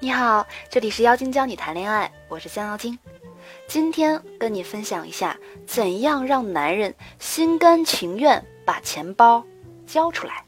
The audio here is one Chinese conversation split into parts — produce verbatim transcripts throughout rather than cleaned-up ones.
你好，这里是妖精教你谈恋爱，我是香妖精。今天跟你分享一下，怎样让男人心甘情愿把钱包交出来。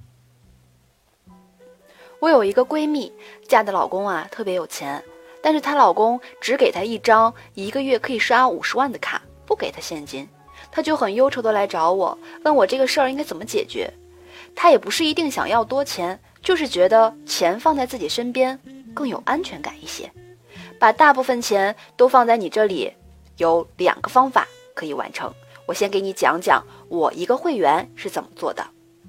我有一个闺蜜，嫁的老公啊特别有钱，但是她老公只给她一张一个月可以刷五十万的卡，不给她现金。她就很忧愁的来找我，问我这个事儿应该怎么解决。她也不是一定想要多钱，就是觉得钱放在自己身边更有安全感一些。把大部分钱都放在你这里，有两个方法可以完成。我先给你讲讲我一个会员是怎么做的。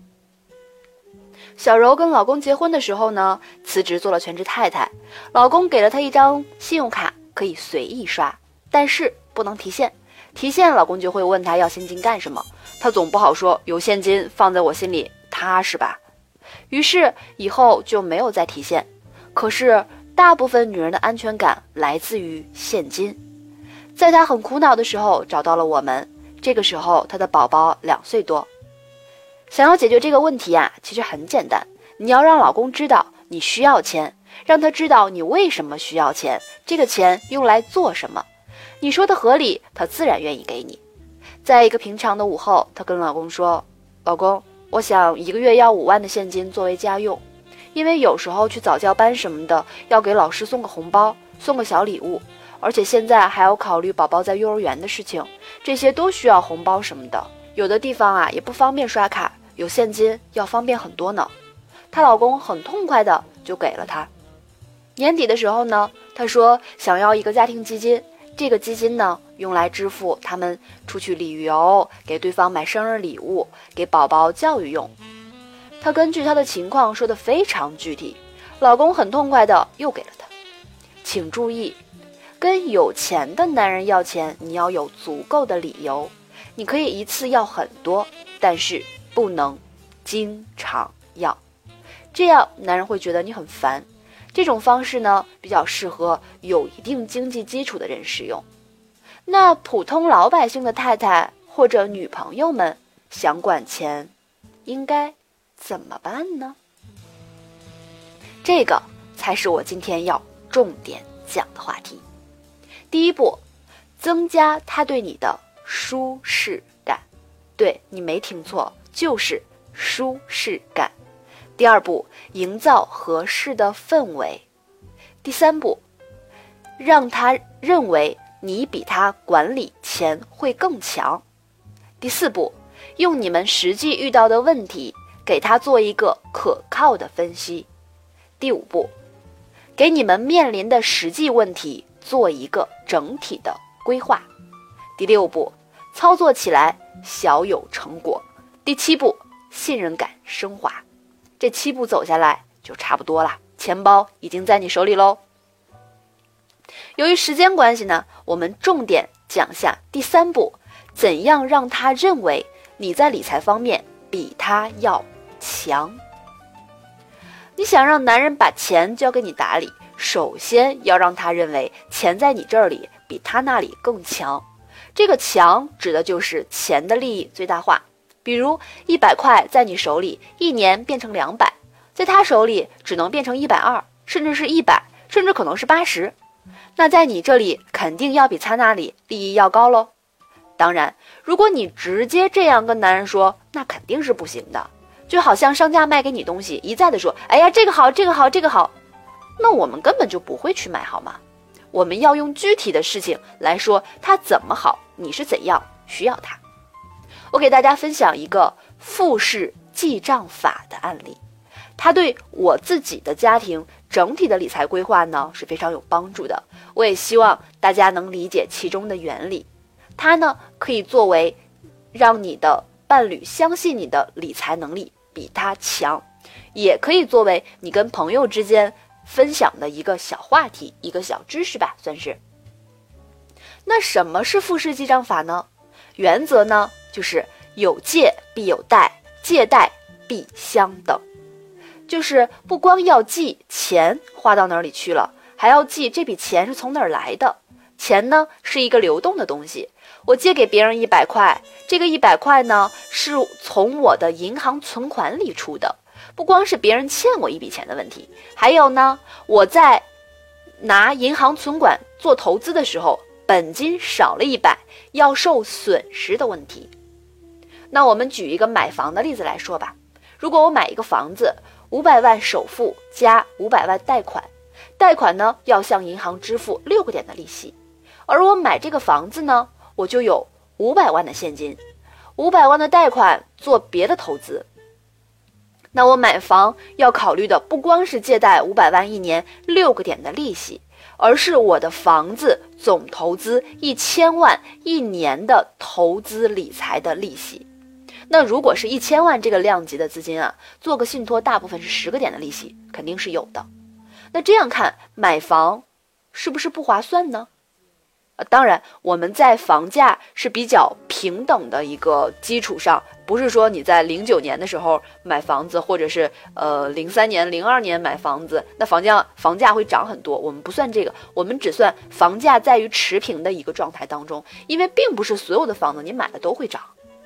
小柔跟老公结婚的时候呢，辞职做了全职太太，老公给了她一张信用卡，可以随意刷，但是不能提现。提现老公就会问她要现金干什么，她总不好说有现金放在我心里踏实吧。于是以后就没有再提现。可是大部分女人的安全感来自于现金。在她很苦恼的时候找到了我们，这个时候她的宝宝两岁多。想要解决这个问题啊，其实很简单，你要让老公知道你需要钱，让他知道你为什么需要钱，这个钱用来做什么。你说的合理，他自然愿意给你。在一个平常的午后，她跟老公说，老公，我想一个月要五万的现金作为家用，因为有时候去早教班什么的，要给老师送个红包，送个小礼物，而且现在还要考虑宝宝在幼儿园的事情，这些都需要红包什么的。有的地方啊也不方便刷卡，有现金要方便很多呢。她老公很痛快的就给了她。年底的时候呢，她说想要一个家庭基金，这个基金呢用来支付他们出去旅游，给对方买生日礼物，给宝宝教育用。她根据她的情况说得非常具体，老公很痛快的又给了她。请注意，跟有钱的男人要钱，你要有足够的理由。你可以一次要很多，但是不能经常要，这样男人会觉得你很烦。这种方式呢，比较适合有一定经济基础的人使用。那普通老百姓的太太或者女朋友们想管钱，应该怎么办呢？这个才是我今天要重点讲的话题。第一步，增加他对你的舒适感。对，你没听错，就是舒适感。第二步，营造合适的氛围。第三步，让他认为你比他管理钱会更强。第四步，用你们实际遇到的问题给他做一个可靠的分析。第五步，给你们面临的实际问题做一个整体的规划。第六步，操作起来小有成果。第七步，信任感升华。这七步走下来就差不多了，钱包已经在你手里喽。由于时间关系呢，我们重点讲下第三步，怎样让他认为你在理财方面比他要强。你想让男人把钱交给你打理，首先要让他认为钱在你这里比他那里更强。这个强指的就是钱的利益最大化。比如一百块在你手里一年变成两百，在他手里只能变成一百二，甚至是一百，甚至可能是八十。那在你这里肯定要比他那里利益要高咯。当然，如果你直接这样跟男人说，那肯定是不行的。就好像商家卖给你东西，一再的说，哎呀，这个好，这个好，这个好，那我们根本就不会去买，好吗？我们要用具体的事情来说它怎么好，你是怎样需要它。我给大家分享一个复式记账法的案例，它对我自己的家庭整体的理财规划呢是非常有帮助的。我也希望大家能理解其中的原理。它呢可以作为让你的伴侣相信你的理财能力比他强，也可以作为你跟朋友之间分享的一个小话题，一个小知识吧，算是。那什么是复式记账法呢？原则呢就是有借必有贷，借贷必相等。就是不光要记钱花到哪里去了，还要记这笔钱是从哪儿来的。钱呢是一个流动的东西，我借给别人一百块，这个一百块呢是从我的银行存款里出的。不光是别人欠我一笔钱的问题，还有呢，我在拿银行存款做投资的时候，本金少了一百，要受损失的问题。那我们举一个买房的例子来说吧。如果我买一个房子，五百万首付加五百万贷款，贷款呢要向银行支付六个点的利息，而我买这个房子呢，我就有五百万的现金，五百万的贷款做别的投资。那我买房要考虑的不光是借贷五百万一年六个点的利息，而是我的房子总投资一千万一年的投资理财的利息。那如果是一千万这个量级的资金啊，做个信托大部分是十个点的利息，肯定是有的。那这样看，买房是不是不划算呢？呃，当然我们在房价是比较平等的一个基础上，不是说你在零九年的时候买房子，或者是呃零三年、零二年买房子，那房价房价会涨很多。我们不算这个，我们只算房价在于持平的一个状态当中，因为并不是所有的房子你买了都会涨。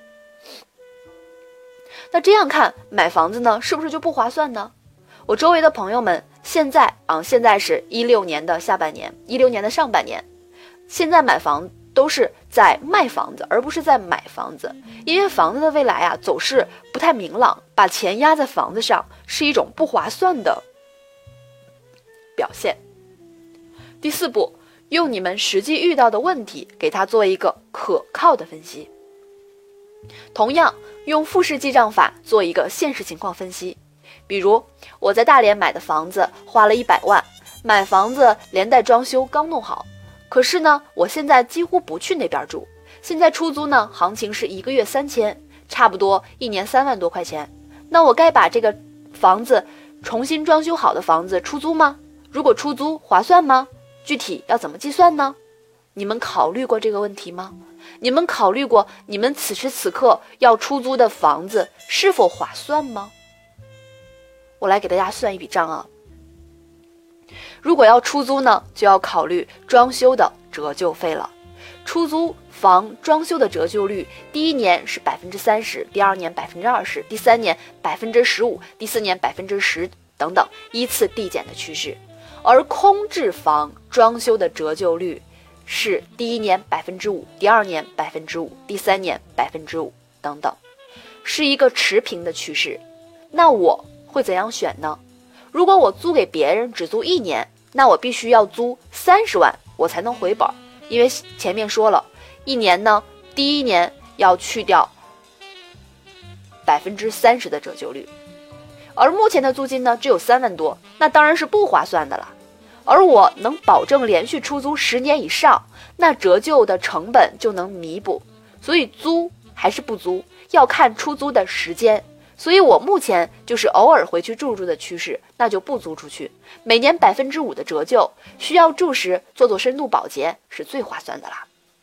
那这样看，买房子呢，是不是就不划算呢？我周围的朋友们现在啊，现在是一六年的下半年，一六年的上半年，现在买房都是在卖房子，而不是在买房子，因为房子的未来啊走势不太明朗，把钱压在房子上是一种不划算的表现。第四步，用你们实际遇到的问题给它做一个可靠的分析。同样用复式记账法做一个现实情况分析。比如我在大连买的房子花了一百万，买房子连带装修刚弄好，可是呢我现在几乎不去那边住，现在出租呢行情是一个月三千，差不多一年三万多块钱。那我该把这个房子重新装修好的房子出租吗？如果出租划算吗？具体要怎么计算呢？你们考虑过这个问题吗？你们考虑过你们此时此刻要出租的房子是否划算吗？我来给大家算一笔账啊。如果要出租呢，就要考虑装修的折旧费了。出租房装修的折旧率，第一年是百分之三十，第二年百分之二十，第三年百分之十五，第四年百分之十等等，依次递减的趋势。而空置房装修的折旧率是第一年百分之五，第二年百分之五，第三年百分之五等等，是一个持平的趋势。那我会怎样选呢？如果我租给别人只租一年，那我必须要租三十万，我才能回本，因为前面说了，一年呢，第一年要去掉百分之三十的折旧率，而目前的租金呢只有三万多，那当然是不划算的了。而我能保证连续出租十年以上，那折旧的成本就能弥补。所以租还是不租，要看出租的时间。所以我目前就是偶尔回去住住的趋势，那就不租出去。每年百分之五的折旧，需要住时做做深度保洁是最划算的啦。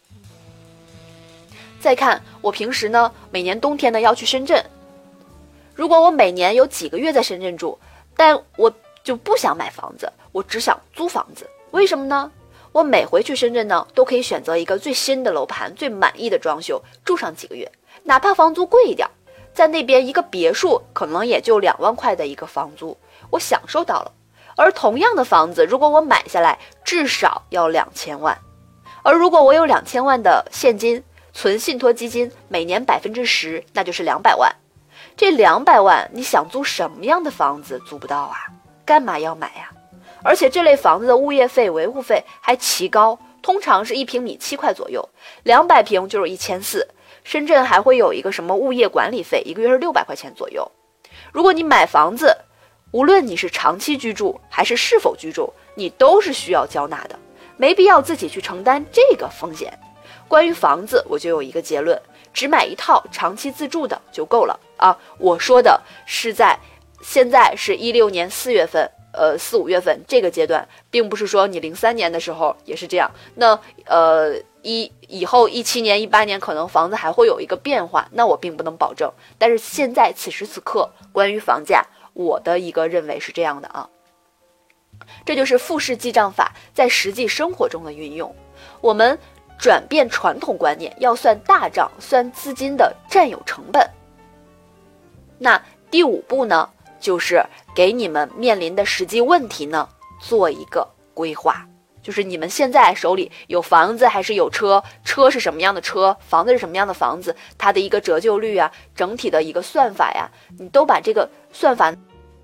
再看我平时呢，每年冬天呢要去深圳。如果我每年有几个月在深圳住，但我就不想买房子，我只想租房子。为什么呢？我每回去深圳呢，都可以选择一个最新的楼盘，最满意的装修，住上几个月，哪怕房租贵一点，在那边一个别墅可能也就两万块的一个房租，我享受到了。而同样的房子，如果我买下来，至少要两千万。而如果我有两千万的现金，存信托基金，每年百分之十，那就是两百万。这两百万，你想租什么样的房子租不到啊？干嘛要买呀？而且这类房子的物业费、维护费还奇高，通常是一平米七块左右，两百平就是一千四。深圳还会有一个什么物业管理费，一个月是六百块钱左右。如果你买房子，无论你是长期居住还是是否居住，你都是需要交纳的，没必要自己去承担这个风险。关于房子，我就有一个结论，只买一套长期自住的就够了啊！我说的是在现在是一六年四月份，呃四五月份这个阶段，并不是说你零三年的时候也是这样。那呃一以后一七年、一八年可能房子还会有一个变化，那我并不能保证。但是现在此时此刻，关于房价，我的一个认为是这样的啊。这就是复式记账法在实际生活中的运用。我们转变传统观念，要算大账，算资金的占有成本。那第五步呢，就是给你们面临的实际问题呢，做一个规划，就是你们现在手里有房子还是有车，车是什么样的车，房子是什么样的房子，它的一个折旧率啊，整体的一个算法呀，你都把这个算法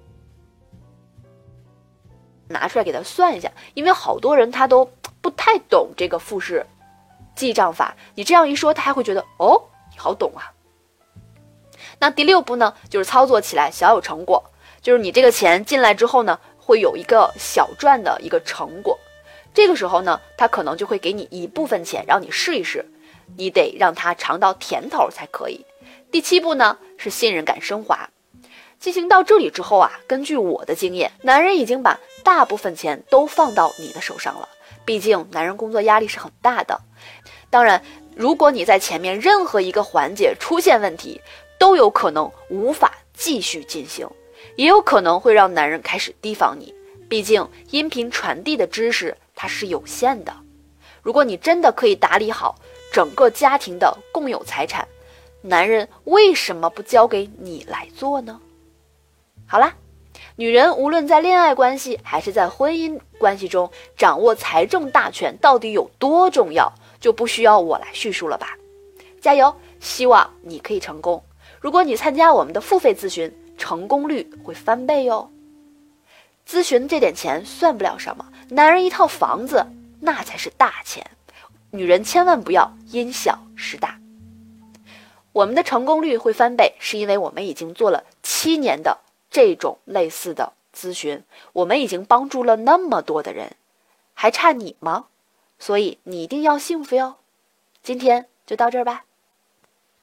拿出来给他算一下。因为好多人他都不太懂这个复式记账法，你这样一说，他还会觉得哦，你好懂啊。那第六步呢，就是操作起来小有成果，就是你这个钱进来之后呢，会有一个小赚的一个成果。这个时候呢，他可能就会给你一部分钱让你试一试，你得让他尝到甜头才可以。第七步呢，是信任感升华。进行到这里之后啊，根据我的经验，男人已经把大部分钱都放到你的手上了，毕竟男人工作压力是很大的。当然，如果你在前面任何一个环节出现问题，都有可能无法继续进行，也有可能会让男人开始提防你。毕竟音频传递的知识它是有限的，如果你真的可以打理好整个家庭的共有财产，男人为什么不交给你来做呢？好啦，女人无论在恋爱关系还是在婚姻关系中，掌握财政大权到底有多重要，就不需要我来叙述了吧。加油，希望你可以成功。如果你参加我们的付费咨询，成功率会翻倍哟。咨询这点钱算不了什么，男人一套房子那才是大钱，女人千万不要因小失大。我们的成功率会翻倍，是因为我们已经做了七年的这种类似的咨询，我们已经帮助了那么多的人，还差你吗？所以你一定要幸福哟。今天就到这儿吧。